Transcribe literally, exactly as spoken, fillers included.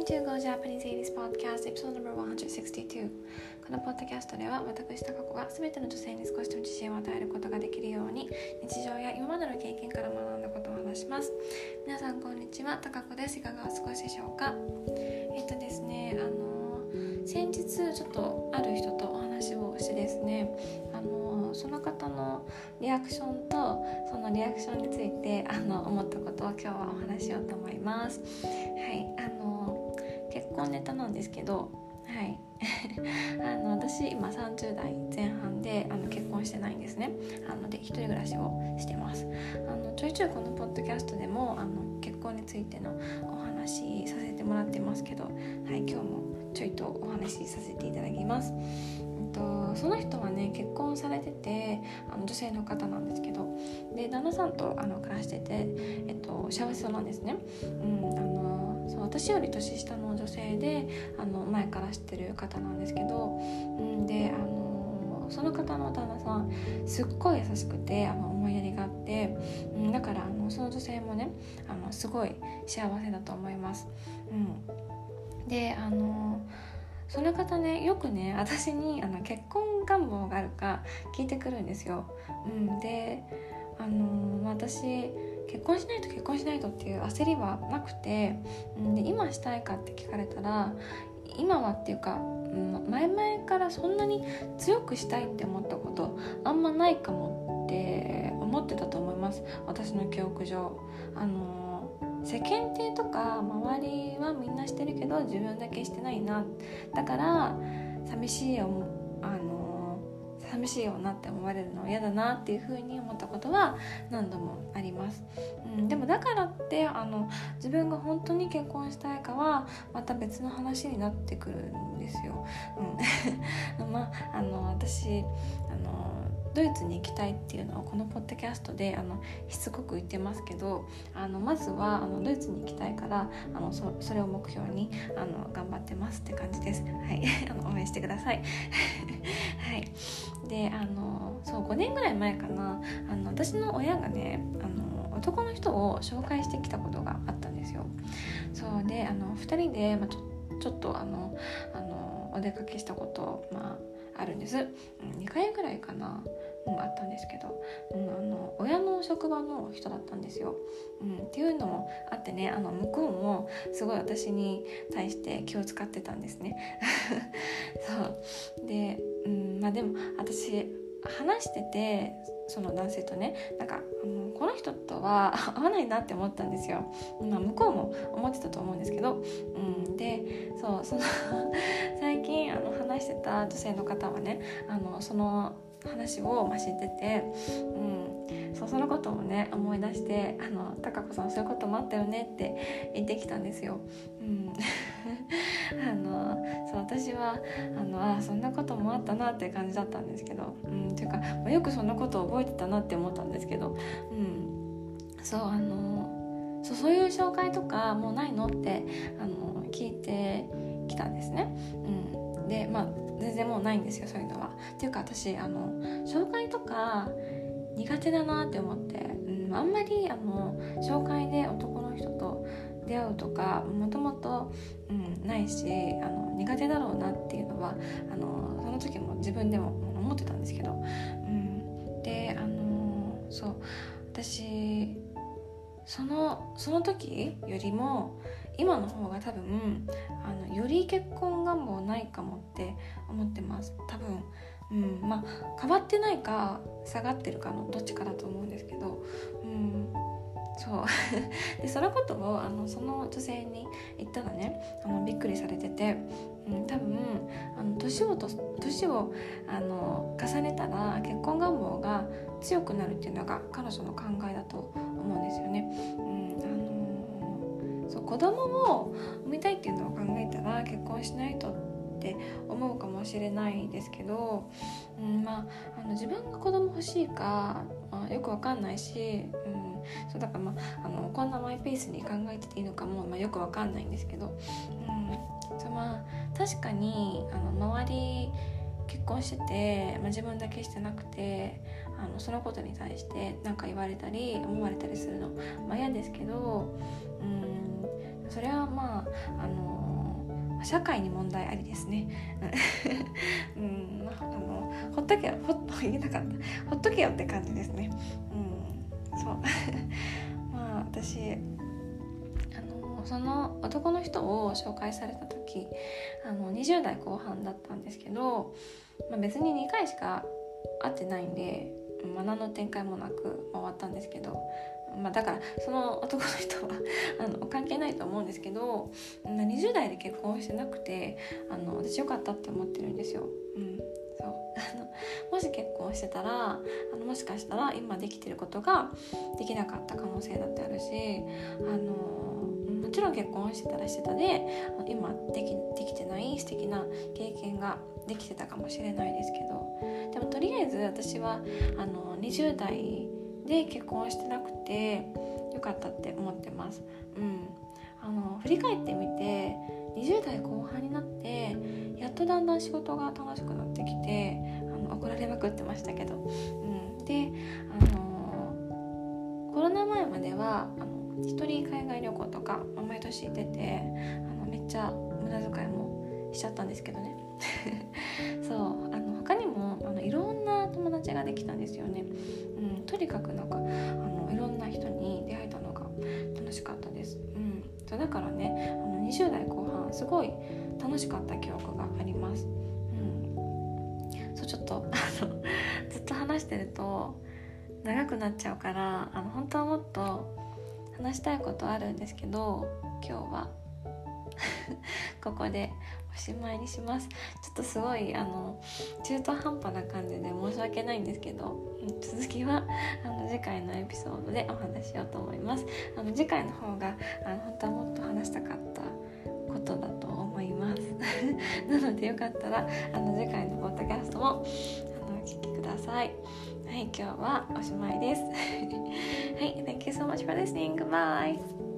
to Go Japanese エイティーズ Podcast Episode ナンバーワンハンドレッドシクスティーツー。 このポッドキャストでは私高子が全ての女性に少しでも自信を与えることができるように日常や今までの経験から学んだことを話します。皆さんこんにちは、高子です。いかがお過ごしでしょうか。えっとですねあの先日ちょっとある人とお話をしてですねあのその方のリアクションとそのリアクションについてあの思ったことを今日はお話ししようと思います。はいあの結婚ネタなんですけど、はいあの私今さんじゅう代前半であの結婚してないんですね。あので一人暮らしをしてます。あのちょいちょいこのポッドキャストでもあの結婚についてのお話させてもらってますけど、はい、今日もちょいとお話しさせていただきます。とその人はね結婚されててあの女性の方なんですけど、で旦那さんとあの暮らしてて、えっと、幸せそうなんですね。うんあのそう私より年下の女性であの前から知ってる方なんですけど、うん、であのその方の旦那さんすっごい優しくてあの思いやりがあって、うん、だからあのその女性もねあのすごい幸せだと思います。うん、であのその方ねよくね私にあの結婚願望があるか聞いてくるんですよ。うん、であの私結婚しないと結婚しないとっていう焦りはなくて、うん、で今したいかって聞かれたら今はっていうか、うん、前々からそんなに強くしたいって思ったことあんまないかもって思ってたと思います。私の記憶上あの世間体とか周りはみんなしてるけど自分だけしてないな、だから寂しいよあの寂しいよなって思われるの嫌だなっていう風に思ったことは何度もあります。うん、でもだからってあの自分が本当に結婚したいかはまた別の話になってくるんですよ。うん、まああの私あのドイツに行きたいっていうのをこのポッドキャストであのしつこく言ってますけど、あのまずはあのドイツに行きたいからあの そ, それを目標にあの頑張ってますって感じです。はい、あの応援してください。はい、であのそうごねんぐらい前かなあの私の親がねあの男の人を紹介してきたことがあったんですよ。そうであのふたりで、まあ、ちょちょっとあのあのお出かけしたこと、まあ、あるんです。にかいぐらいかな、うん、あったんですけど、うん、あの親の職場の人だったんですよ。うん、っていうのもあってねあの向こうもすごい私に対して気を使ってたんですね。そうで、うんまあ、でも私話しててその男性とねなんかあのこの人とは合わないなって思ったんですよ。まあ、向こうも思ってたと思うんですけど、うん、でそうその最近あの話してた女性の方はねあのその話を、まあ、知ってて、うん、そうそのこともね思い出してあの高子さんそういうこともあったよねって言ってきたんですよ。うんあのそう私はあのあそんなこともあったなって感じだったんですけど、うん、というか、まあ、よくそんなことを覚えてたなって思ったんですけど、うん、そうあのそうそういう紹介とかもうないのってあの聞いてきたんですね。うん、でまあ全然もうないんですよそういうのは。っていうか私あの紹介とか苦手だなって思って、うん、あんまりあの紹介で男の人と出会うとかもともとないしあの苦手だろうなっていうのはあのその時も自分でも思ってたんですけど、うん、であのそう私そのその時よりも今の方が多分あのより結婚願望ないかもって思ってます多分。うん、まあ変わってないか下がってるかのどっちかだと思うんですけど、うん、そうでそのことをあのその女性に言ったらねあのびっくりされてて、うん、多分あの年をと年をあの重ねたら結婚願望が強くなるっていうのが彼女の考えだと思うんですよね。うんあのそう子供を産みたいっていうのを考えたら結婚しないとって思うかもしれないですけど、うんまあ、あの自分が子供欲しいか、まあ、よくわかんないし、うん、そうだから、まあ、あのこんなマイペースに考えてていいのかも、まあ、よくわかんないんですけど、うんそうまあ、確かにあの周り結婚してて、まあ、自分だけしてなくてあのそのことに対して何か言われたり思われたりするの、まあ、嫌ですけど、うんそれはまああの社会に問題ありですねうん、あのほっとけよほっ言えなかったほっとけよって感じですね。うん、そうまあ私あのその男の人を紹介された時あのにじゅう代後半だったんですけど、まあ、別ににかいしか会ってないんで、まあ、何の展開もなく終わったんですけど、まあ、だからその男の人はあの関係ないと思うんですけど、にじゅう代で結婚してなくてあの私よかったって思ってるんですよ。うん、そうあのもし結婚してたらあのもしかしたら今できてることができなかった可能性だってあるし、あのもちろん結婚してたらしてたで今でき、できてない素敵な経験ができてたかもしれないですけど、でもとりあえず私はあのにじゅう代で結婚してなくてよかったって思ってます。うん、あの振り返ってみてにじゅう代後半になってやっとだんだん仕事が楽しくなってきてあの怒られまくってましたけど、うん、であのコロナ前まではあの一人海外旅行とか毎年行っててあのめっちゃ無駄遣いもしちゃったんですけどねそうあの他にもあのいろんな友達ができたんですよね。うん、とにかくなんかあのいろんな人に出会えたのが楽しかったです。うん、そうだからねあのにじゅう代後半すごい楽しかった記憶があります。うん、そうちょっとあのずっと話してると長くなっちゃうからあの本当はもっと話したいことあるんですけど今日はここでおしまいにします。ちょっとすごいあの中途半端な感じで申し訳ないんですけど、続きはあの次回のエピソードでお話ししようと思います。あの次回の方があの本当はもっと話したかったことだと思いますなのでよかったらあの次回のポッドキャストもあのお聞きください。はい、今日はおしまいですはい、Thank you so much for listening. Goodbye.